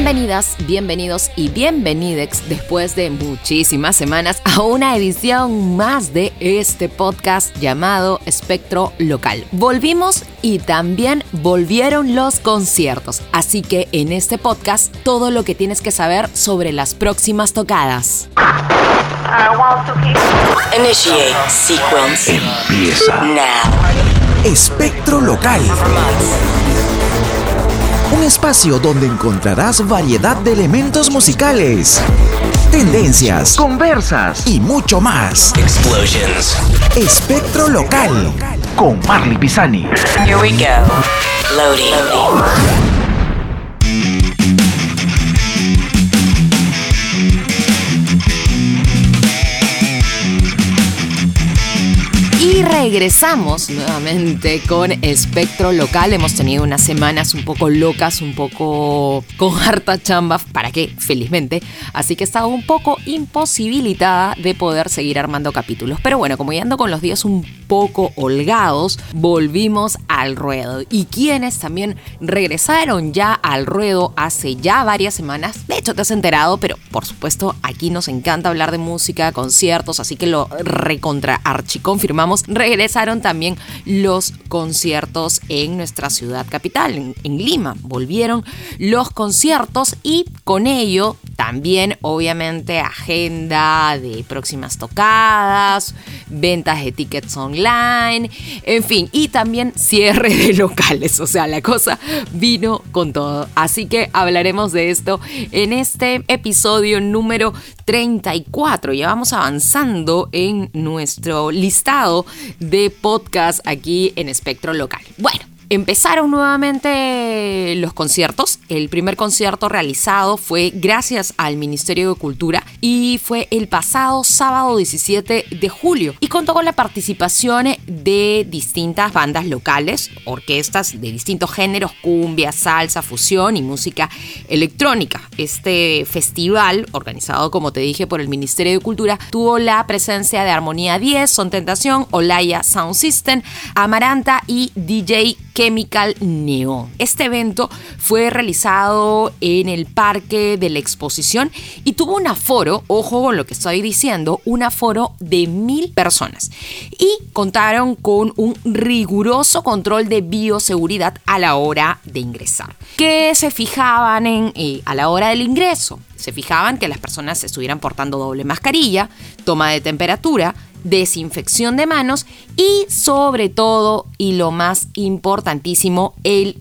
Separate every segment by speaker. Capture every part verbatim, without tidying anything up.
Speaker 1: Bienvenidas, bienvenidos y bienvenidex después de muchísimas semanas a una edición más de este podcast llamado Espectro Local. Volvimos y también volvieron los conciertos, así que en este podcast todo lo que tienes que saber sobre las próximas tocadas.
Speaker 2: Initiate sequence.
Speaker 3: Empieza
Speaker 2: Now.
Speaker 3: Espectro Local. Un espacio donde encontrarás variedad de elementos musicales, tendencias, conversas y mucho más.
Speaker 2: Explosions.
Speaker 3: Espectro Local con Marley Pisani.
Speaker 2: Here we go. Loading. Loading.
Speaker 1: Y regresamos nuevamente con Espectro Local. Hemos tenido unas semanas un poco locas, un poco con harta chamba, ¿para qué? Felizmente. Así que he estado un poco imposibilitada de poder seguir armando capítulos. Pero bueno, como ya ando con los días un poco holgados, volvimos al ruedo. Y quienes también regresaron ya al ruedo hace ya varias semanas. De hecho, te has enterado, pero por supuesto aquí nos encanta hablar de música, conciertos, así que lo recontra archiconfirmamos. Regresaron también los conciertos en nuestra ciudad capital, en, en Lima. Volvieron los conciertos y con ello también obviamente agenda de próximas tocadas, ventas de tickets online, en fin, y también cierre de locales. O sea, la cosa vino con todo. Así que hablaremos de esto en este episodio número treinta y cuatro. Ya vamos avanzando en nuestro listado de podcast aquí en Espectro Local. Bueno, empezaron nuevamente los conciertos. El primer concierto realizado fue gracias al Ministerio de Cultura y fue el pasado sábado diecisiete de julio y contó con la participación de distintas bandas locales, orquestas de distintos géneros, cumbia, salsa, fusión y música electrónica. Este festival, organizado como te dije por el Ministerio de Cultura, tuvo la presencia de Armonía diez, Son Tentación, Olaya Sound System, Amaranta y D J Chemical Neon. Este evento fue realizado en el Parque de la Exposición y tuvo un aforo, ojo con lo que estoy diciendo, un aforo de mil personas. Y contaron con un riguroso control de bioseguridad a la hora de ingresar. ¿Qué se fijaban en, eh, a la hora del ingreso? Se fijaban que las personas estuvieran portando doble mascarilla, toma de temperatura, desinfección de manos y sobre todo, y lo más importantísimo, el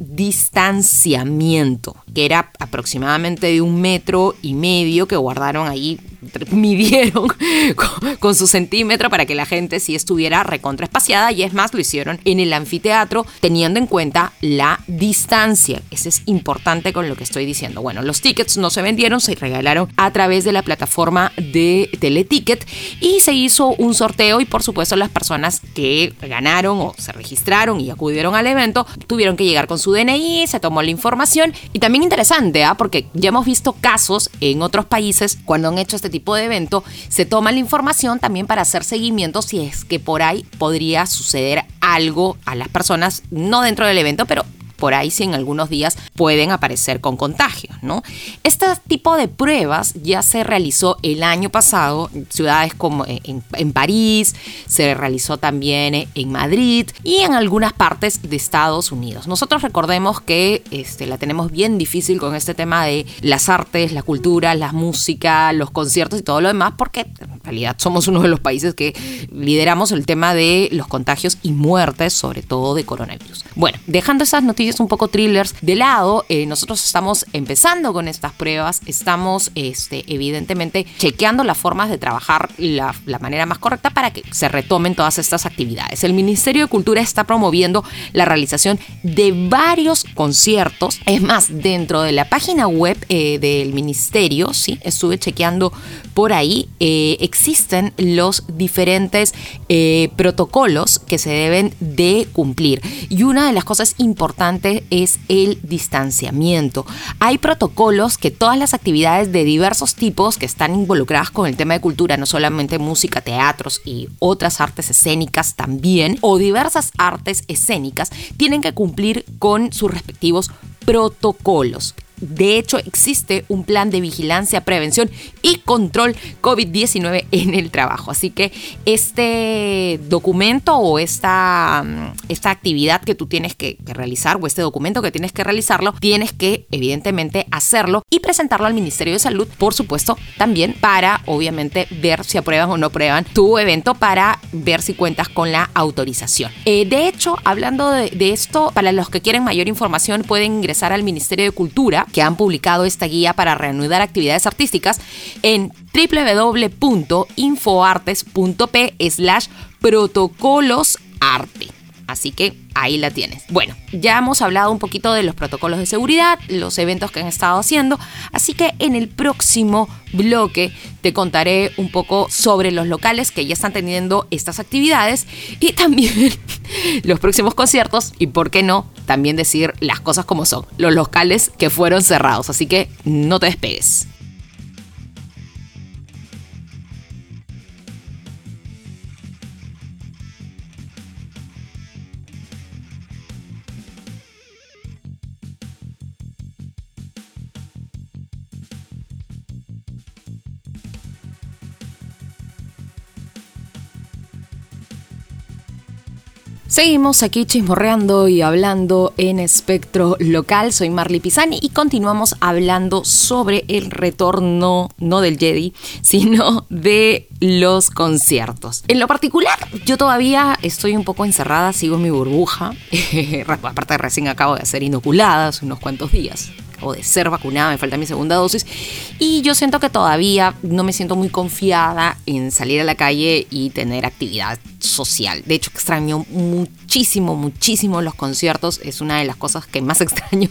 Speaker 1: distanciamiento, que era aproximadamente de un metro y medio que guardaron ahí, midieron con, con su centímetro para que la gente sí estuviera recontraespaciada, y es más, lo hicieron en el anfiteatro teniendo en cuenta la distancia. Eso es importante con lo que estoy diciendo. Bueno, los tickets no se vendieron, se regalaron a través de la plataforma de Teleticket y se hizo un sorteo y por supuesto las personas que ganaron o se registraron y acudieron al evento tuvieron que llegar con su D N I, se tomó la información. Y también interesante, ¿eh? Porque ya hemos visto casos en otros países cuando han hecho este tipo de evento, se toma la información también para hacer seguimiento si es que por ahí podría suceder algo a las personas, no dentro del evento, pero por ahí sí en algunos días pueden aparecer con contagios, ¿no? Este tipo de pruebas ya se realizó el año pasado en ciudades como en, en París, se realizó también en Madrid y en algunas partes de Estados Unidos. Nosotros recordemos que este, la tenemos bien difícil con este tema de las artes, la cultura, la música, los conciertos y todo lo demás, porque en realidad somos uno de los países que lideramos el tema de los contagios y muertes, sobre todo de coronavirus. Bueno, dejando esas noticias un poco thrillers de lado, eh, nosotros estamos empezando con estas pruebas, estamos este, evidentemente chequeando las formas de trabajar la, la manera más correcta para que se retomen todas estas actividades. El Ministerio de Cultura está promoviendo la realización de varios conciertos. Es más, dentro de la página web eh, del ministerio, sí, estuve chequeando por ahí, eh, existen los diferentes eh, protocolos que se deben de cumplir. Y una de las cosas importantes es el distanciamiento. Hay protocolos que todas las actividades de diversos tipos que están involucradas con el tema de cultura, no solamente música, teatros y otras artes escénicas también, o diversas artes escénicas, tienen que cumplir con sus respectivos protocolos. de hecho existe un plan de vigilancia, prevención y control COVID diecinueve en el trabajo. Así que este documento o esta, esta actividad que tú tienes que, que realizar o este documento que tienes que realizarlo, tienes que evidentemente hacerlo y presentarlo al Ministerio de Salud, por supuesto, también para obviamente ver si aprueban o no aprueban tu evento, para ver si cuentas con la autorización. Eh, de hecho, hablando de, de esto, para los que quieren mayor información pueden ingresar al Ministerio de Cultura, que han publicado esta guía para reanudar actividades artísticas en w w w punto infoartes punto p slash protocolosarte. Así que ahí la tienes. Bueno, ya hemos hablado un poquito de los protocolos de seguridad, los eventos que han estado haciendo, así que en el próximo bloque te contaré un poco sobre los locales que ya están teniendo estas actividades y también los próximos conciertos y, por qué no, también decir las cosas como son, los locales que fueron cerrados, así que no te despegues. Seguimos aquí chismorreando y hablando en Espectro Local. Soy Marley Pisani y continuamos hablando sobre el retorno, no del Jedi, sino de los conciertos. En lo particular, yo todavía estoy un poco encerrada, sigo en mi burbuja. Aparte, recién acabo de ser inoculada hace unos cuantos días. Acabo de ser vacunada, me falta mi segunda dosis. Y yo siento que todavía no me siento muy confiada en salir a la calle y tener actividad social. De hecho, extraño muchísimo, muchísimo los conciertos. Es una de las cosas que más extraño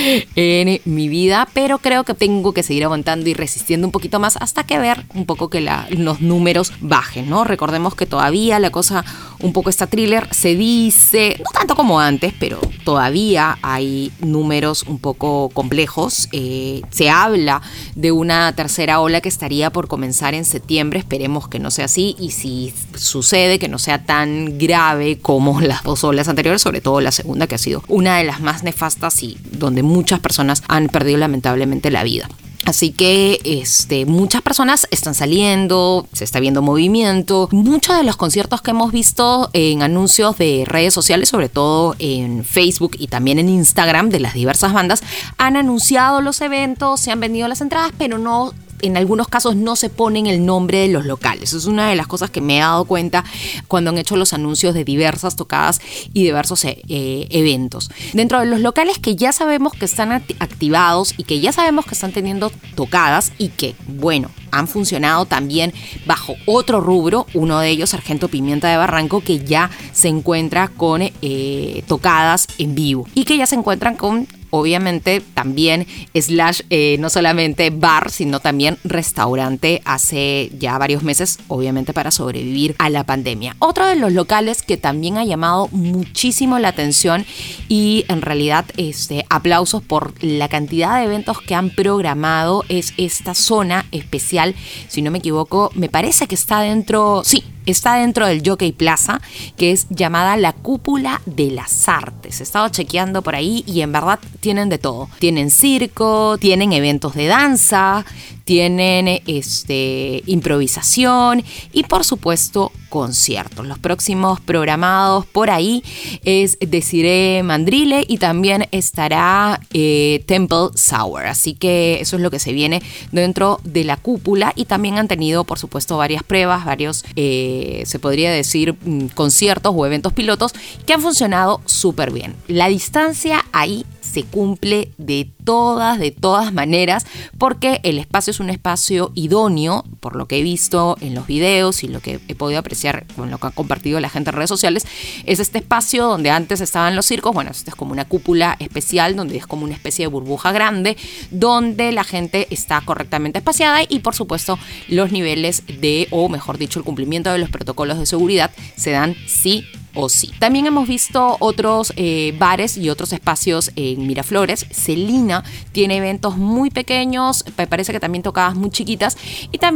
Speaker 1: en mi vida, pero creo que tengo que seguir aguantando y resistiendo un poquito más hasta que ver un poco que la, los números bajen, ¿no? Recordemos que todavía la cosa un poco está thriller. Se dice, no tanto como antes, pero todavía hay números un poco complejos. Eh, se habla de una tercera ola que estaría por comenzar en septiembre. Esperemos que no sea así, y si sucede, que no sea tan grave como las dos olas anteriores, sobre todo la segunda, que ha sido una de las más nefastas y donde muchas personas han perdido lamentablemente la vida. Así que este, muchas personas están saliendo, se está viendo movimiento. Muchos de los conciertos que hemos visto en anuncios de redes sociales, sobre todo en Facebook y también en Instagram, de las diversas bandas, han anunciado los eventos, se han vendido las entradas, pero no... en algunos casos no se ponen el nombre de los locales. Es una de las cosas que me he dado cuenta cuando han hecho los anuncios de diversas tocadas y diversos eh, eventos. Dentro de los locales que ya sabemos que están activados y que ya sabemos que están teniendo tocadas y que, bueno, han funcionado también bajo otro rubro, uno de ellos, Sargento Pimienta de Barranco, que ya se encuentra con eh, tocadas en vivo y que ya se encuentran con... obviamente también slash eh, no solamente bar, sino también restaurante hace ya varios meses, obviamente para sobrevivir a la pandemia. Otro de los locales que también ha llamado muchísimo la atención y en realidad este, aplausos por la cantidad de eventos que han programado es esta zona especial, si no me equivoco, me parece que está dentro, sí, está dentro del Jockey Plaza, que es llamada la Cúpula de las Artes. He estado chequeando por ahí y en verdad tienen de todo. Tienen circo, tienen eventos de danza, tienen este, improvisación y por supuesto conciertos. Los próximos programados por ahí es Desiree Mandrile y también estará eh, Temple Sour. Así que eso es lo que se viene dentro de la cúpula, y también han tenido por supuesto varias pruebas, varios eh, se podría decir conciertos o eventos pilotos que han funcionado súper bien. La distancia ahí se cumple de todas, de todas maneras, porque el espacio es un espacio idóneo, por lo que he visto en los videos y lo que he podido apreciar con lo que ha compartido la gente en redes sociales. Es este espacio donde antes estaban los circos. Bueno, esto es como una cúpula especial, donde es como una especie de burbuja grande, donde la gente está correctamente espaciada y por supuesto los niveles de, o mejor dicho, el cumplimiento de los protocolos de seguridad se dan sí o sí. También hemos visto otros eh, bares y otros espacios en Miraflores. Celina tiene eventos muy pequeños, me parece que también tocadas muy chiquitas, y también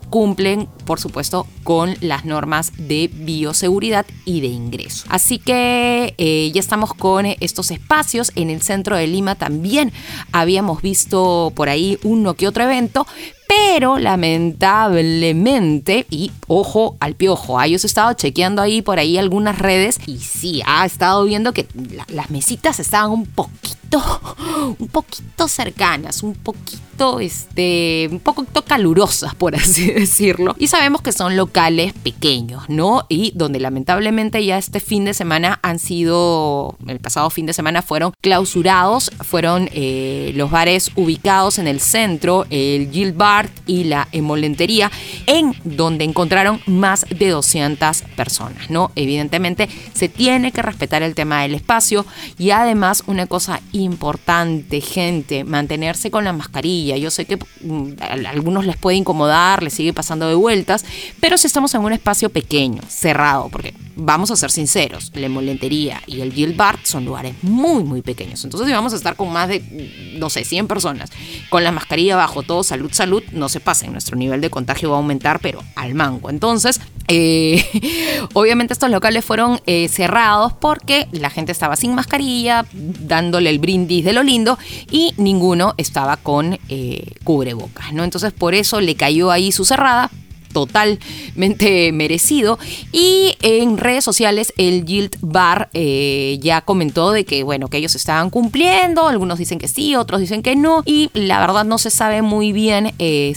Speaker 1: cumplen, por supuesto, con las normas de bioseguridad y de ingreso. Así que eh, ya estamos con estos espacios. En el centro de Lima también habíamos visto por ahí uno que otro evento, pero lamentablemente, y ojo al piojo, ¿eh? Yo he estado chequeando ahí por ahí algunas redes y sí, ha estado viendo que la, las mesitas estaban un poquito, un poquito cercanas, un poquito, este, un poquito calurosas, por así decirlo. Y sabemos que son locales pequeños, ¿no? Y donde lamentablemente ya este fin de semana han sido, el pasado fin de semana fueron clausurados, fueron eh, los bares ubicados en el centro, el Yield Bar y la Emolentería, en donde encontraron más de doscientas personas, ¿no? Evidentemente se tiene que respetar el tema del espacio y además una cosa importante, gente, mantenerse con la mascarilla. Yo sé que mm, a algunos les puede incomodar, les sigue pasando de vueltas, pero si estamos en un espacio pequeño, cerrado, porque vamos a ser sinceros, la Emolentería y el Yield Bar son lugares muy, muy pequeños. Entonces si vamos a estar con más de, no sé, cien personas, con la mascarilla abajo, todo salud, salud, no se pasen, nuestro nivel de contagio va a aumentar, pero al mango. Entonces, eh, obviamente estos locales fueron eh, cerrados porque la gente estaba sin mascarilla, dándole el brindis de lo lindo, y ninguno estaba con eh, cubrebocas, ¿no? Entonces, por eso le cayó ahí su cerrada, totalmente merecido. Y en redes sociales el Yield Bar eh, ya comentó de que, bueno, que ellos estaban cumpliendo, algunos dicen que sí, otros dicen que no, y la verdad no se sabe muy bien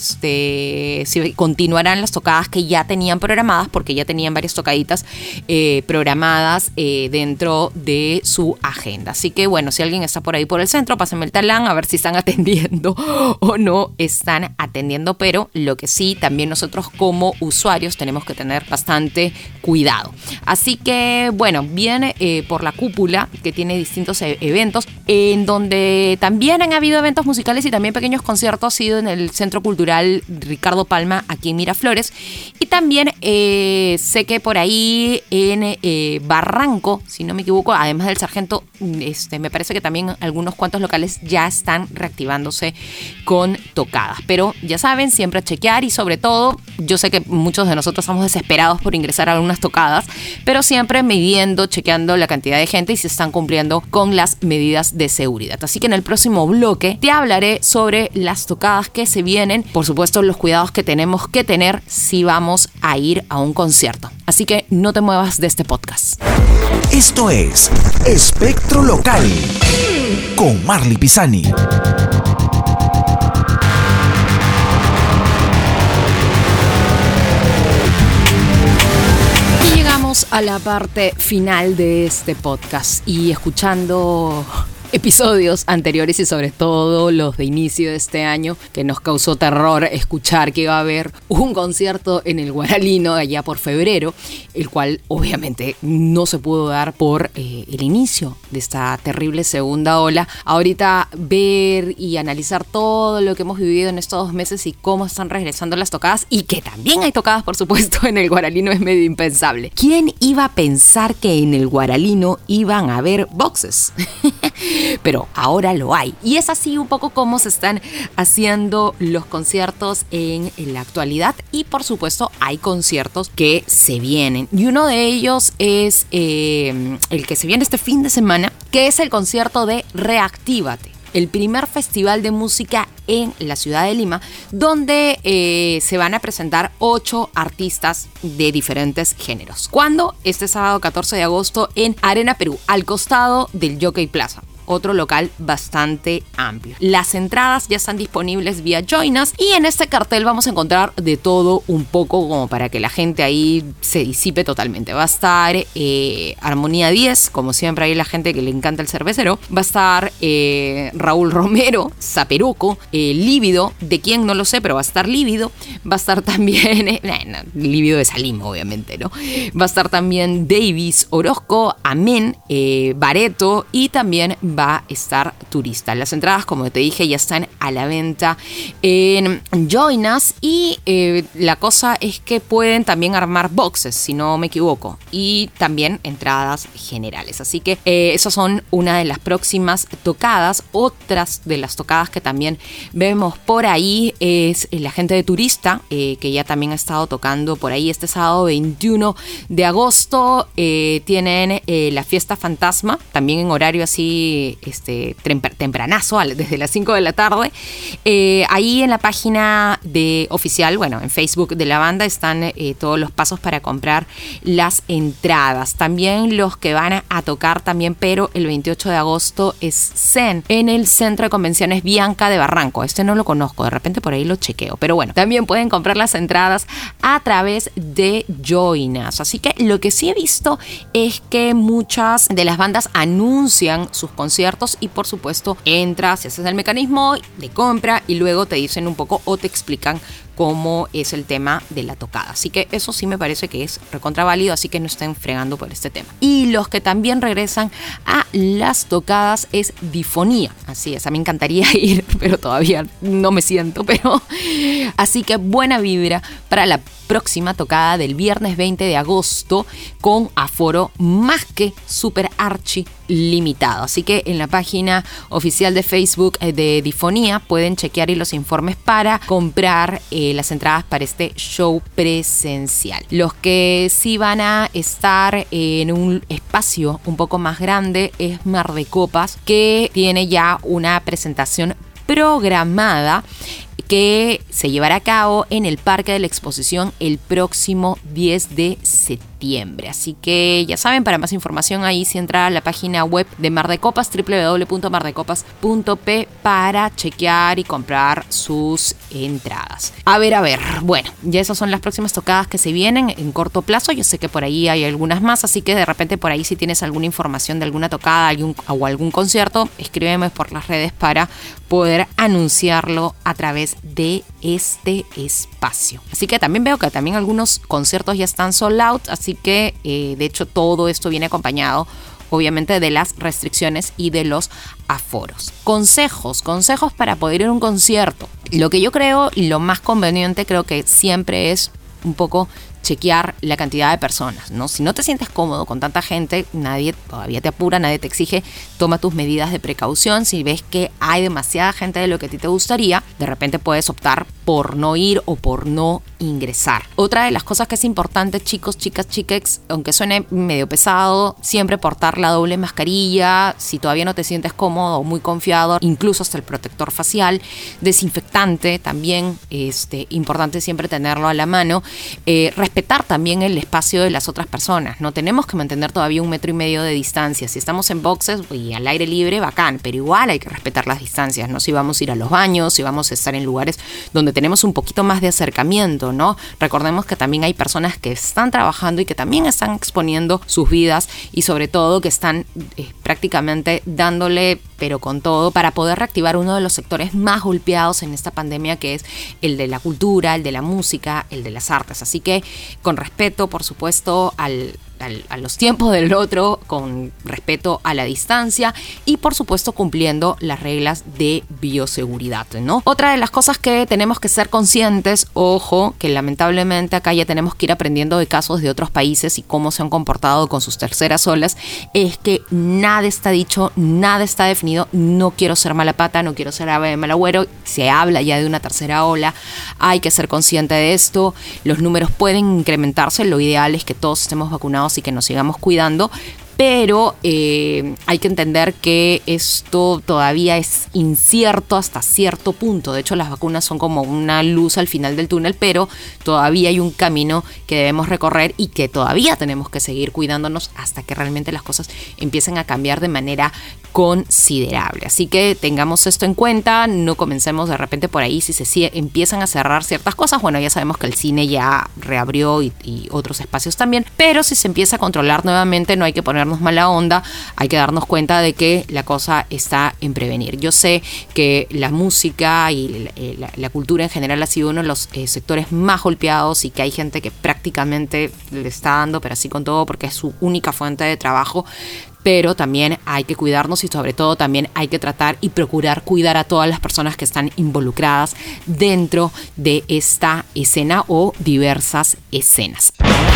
Speaker 1: este, si continuarán las tocadas que ya tenían programadas, porque ya tenían varias tocaditas eh, programadas eh, dentro de su agenda. Así que bueno, si alguien está por ahí por el centro, pásenme el talán a ver si están atendiendo o no están atendiendo, pero lo que sí, también nosotros como como usuarios tenemos que tener bastante cuidado. Así que bueno, viene eh, por la cúpula, que tiene distintos e- eventos, en donde también han habido eventos musicales y también pequeños conciertos, ha sido en el Centro Cultural Ricardo Palma, aquí en Miraflores. Y también eh, sé que por ahí en eh, Barranco, si no me equivoco, además del Sargento, este, me parece que también algunos cuantos locales ya están reactivándose con tocadas. Pero ya saben, siempre a chequear, y sobre todo, yo sé que muchos de nosotros estamos desesperados por ingresar a algunas tocadas, pero siempre midiendo, chequeando la cantidad de gente y si están cumpliendo con las medidas de seguridad. Así que en el próximo bloque te hablaré sobre las tocadas que se vienen, por supuesto los cuidados que tenemos que tener si vamos a ir a un concierto. Así que no te muevas de este podcast.
Speaker 3: Esto es Espectro Local con Marley Pisani.
Speaker 1: A la parte final de este podcast, y escuchando episodios anteriores y sobre todo los de inicio de este año, que nos causó terror escuchar que iba a haber un concierto en el Guaralino allá por febrero, el cual obviamente no se pudo dar por eh, el inicio de esta terrible segunda ola. Ahorita ver y analizar todo lo que hemos vivido en estos dos meses y cómo están regresando las tocadas, y que también hay tocadas por supuesto en el Guaralino, es medio impensable. ¿Quién iba a pensar que en el Guaralino iban a haber boxes? Pero ahora lo hay, y es así un poco como se están haciendo los conciertos en, en la actualidad. Y por supuesto hay conciertos que se vienen, y uno de ellos es eh, el que se viene este fin de semana, que es el concierto de Reactívate, el primer festival de música en la ciudad de Lima, donde eh, se van a presentar ocho artistas de diferentes géneros. ¿Cuándo? Este sábado catorce de agosto en Arena Perú, al costado del Jockey Plaza. Otro local bastante amplio. Las entradas ya están disponibles vía Join Us, y en este cartel vamos a encontrar de todo un poco, como para que la gente ahí se disipe totalmente. Va a estar eh, Armonía diez, como siempre, ahí la gente que le encanta el cervecero. Va a estar eh, Raúl Romero, Zaperuco, eh, Lívido, de quién no lo sé, pero va a estar Lívido. Va a estar también, eh, no, Lívido de Salim, obviamente, ¿no? Va a estar también Davis Orozco, Amén, eh, Bareto, y también va va a estar Turista. Las entradas, como te dije, ya están a la venta en Join Us y eh, la cosa es que pueden también armar boxes, si no me equivoco, y también entradas generales. Así que eh, esas son una de las próximas tocadas. Otras de las tocadas que también vemos por ahí es la gente de Turista, eh, que ya también ha estado tocando por ahí este sábado veintiuno de agosto. Eh, tienen eh, la fiesta fantasma, también en horario así este, tempranazo, desde las cinco de la tarde. Eh, ahí en la página de oficial, bueno, en Facebook de la banda están eh, todos los pasos para comprar las entradas. También los que van a, a tocar también, pero el veintiocho de agosto es Zen en el Centro de Convenciones Bianca de Barranco. Este no lo conozco, de repente por ahí lo chequeo, pero bueno, también pueden comprar las entradas a través de Join Us. Así que lo que sí he visto es que muchas de las bandas anuncian sus conciertos y por supuesto entras, haces el mecanismo de compra y luego te dicen un poco o te explican cómo es el tema de la tocada. Así que eso sí me parece que es recontra válido, así que no estén fregando por este tema. Y los que también regresan a las tocadas es Difonía. Así es, a mí me encantaría ir, pero todavía no me siento, pero así que buena vibra para la próxima tocada del viernes veinte de agosto con aforo más que super archi limitado. Así que en la página oficial de Facebook de Difonía pueden chequear y los informes para comprar eh, las entradas para este show presencial. Los que sí van a estar en un espacio un poco más grande es Mar de Copas, que tiene ya una presentación programada que se llevará a cabo en el Parque de la Exposición el próximo diez de septiembre. Así que ya saben, para más información ahí sí entra a la página web de Mar de Copas, doble u doble u doble u punto mar de copas punto pe, para chequear y comprar sus entradas. A ver, a ver, bueno, ya esas son las próximas tocadas que se vienen en corto plazo. Yo sé que por ahí hay algunas más, así que de repente por ahí si tienes alguna información de alguna tocada algún, o algún concierto, escríbeme por las redes para poder anunciarlo a través de este espacio. Así que también veo que también algunos conciertos ya están sold out, así que eh, de hecho todo esto viene acompañado obviamente de las restricciones y de los aforos. Consejos, consejos para poder ir a un concierto. Lo que yo creo y lo más conveniente creo que siempre es un poco chequear la cantidad de personas, ¿no? Si no te sientes cómodo con tanta gente, nadie todavía te apura, nadie te exige, toma tus medidas de precaución. Si ves que hay demasiada gente de lo que a ti te gustaría, de repente puedes optar por no ir o por no ingresar. Otra de las cosas que es importante, chicos, chicas, chiques, aunque suene medio pesado, siempre portar la doble mascarilla. Si todavía no te sientes cómodo o muy confiado, incluso hasta el protector facial, desinfectante también, este, importante siempre tenerlo a la mano. Eh, respetar también el espacio de las otras personas, ¿no? Tenemos que mantener todavía un metro y medio de distancia. Si estamos en boxes y al aire libre, bacán, pero igual hay que respetar las distancias, ¿no? Si vamos a ir a los baños, si vamos a estar en lugares donde tenemos un poquito más de acercamiento, ¿no? Recordemos que también hay personas que están trabajando y que también están exponiendo sus vidas y sobre todo que están eh, prácticamente dándole pero con todo para poder reactivar uno de los sectores más golpeados en esta pandemia, que es el de la cultura, el de la música, el de las artes. Así que con respeto, por supuesto, al Al, a los tiempos del otro, con respeto a la distancia y por supuesto cumpliendo las reglas de bioseguridad, ¿no? Otra de las cosas que tenemos que ser conscientes, ojo, que lamentablemente acá ya tenemos que ir aprendiendo de casos de otros países y cómo se han comportado con sus terceras olas, es que nada está dicho, nada está definido. No quiero ser mala pata, no quiero ser ave de mal agüero, se habla ya de una tercera ola, hay que ser consciente de esto. Los números pueden incrementarse, lo ideal es que todos estemos vacunados y que nos sigamos cuidando, pero eh, hay que entender que esto todavía es incierto hasta cierto punto. De hecho, las vacunas son como una luz al final del túnel, pero todavía hay un camino que debemos recorrer y que todavía tenemos que seguir cuidándonos hasta que realmente las cosas empiecen a cambiar de manera considerable. Así que tengamos esto en cuenta, no comencemos de repente por ahí si se si empiezan a cerrar ciertas cosas. Bueno, ya sabemos que el cine ya reabrió y, y otros espacios también, pero si se empieza a controlar nuevamente no hay que ponernos mala onda, hay que darnos cuenta de que la cosa está en prevenir. Yo sé que la música y la, la, la cultura en general ha sido uno de los eh, sectores más golpeados y que hay gente que prácticamente le está dando, pero así con todo, porque es su única fuente de trabajo. pero también hay que cuidarnos y sobre todo también hay que tratar y procurar cuidar a todas las personas que están involucradas dentro de esta escena o diversas escenas.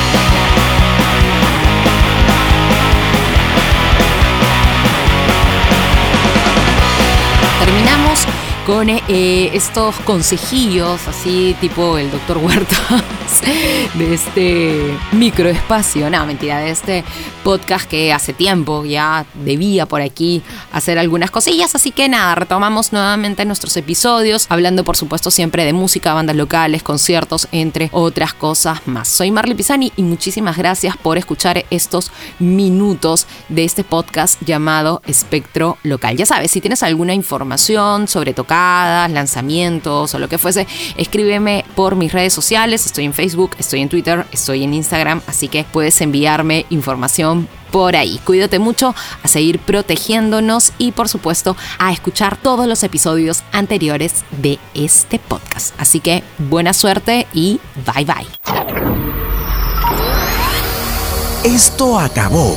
Speaker 1: Terminamos con eh, estos consejillos, así tipo el doctor Huertas, de este microespacio, no, mentira, de este podcast que hace tiempo ya debía por aquí hacer algunas cosillas, así que nada, retomamos nuevamente nuestros episodios, hablando por supuesto siempre de música, bandas locales, conciertos, entre otras cosas más. Soy Marley Pisani y muchísimas gracias por escuchar estos minutos de este podcast llamado Espectro Local. Ya sabes, si tienes alguna información sobre tocar lanzamientos o lo que fuese, escríbeme por mis redes sociales. Estoy en Facebook, estoy en Twitter, estoy en Instagram, así que puedes enviarme información por ahí. Cuídate mucho, a seguir protegiéndonos y por supuesto a escuchar todos los episodios anteriores de este podcast. Así que buena suerte y bye bye.
Speaker 3: Esto acabó.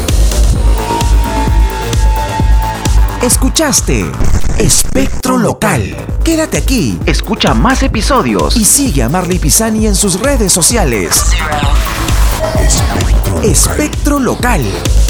Speaker 3: Escuchaste Espectro Local. Quédate aquí, escucha más episodios y sigue a Marley Pisani en sus redes sociales. Espectro Local. Espectro Local.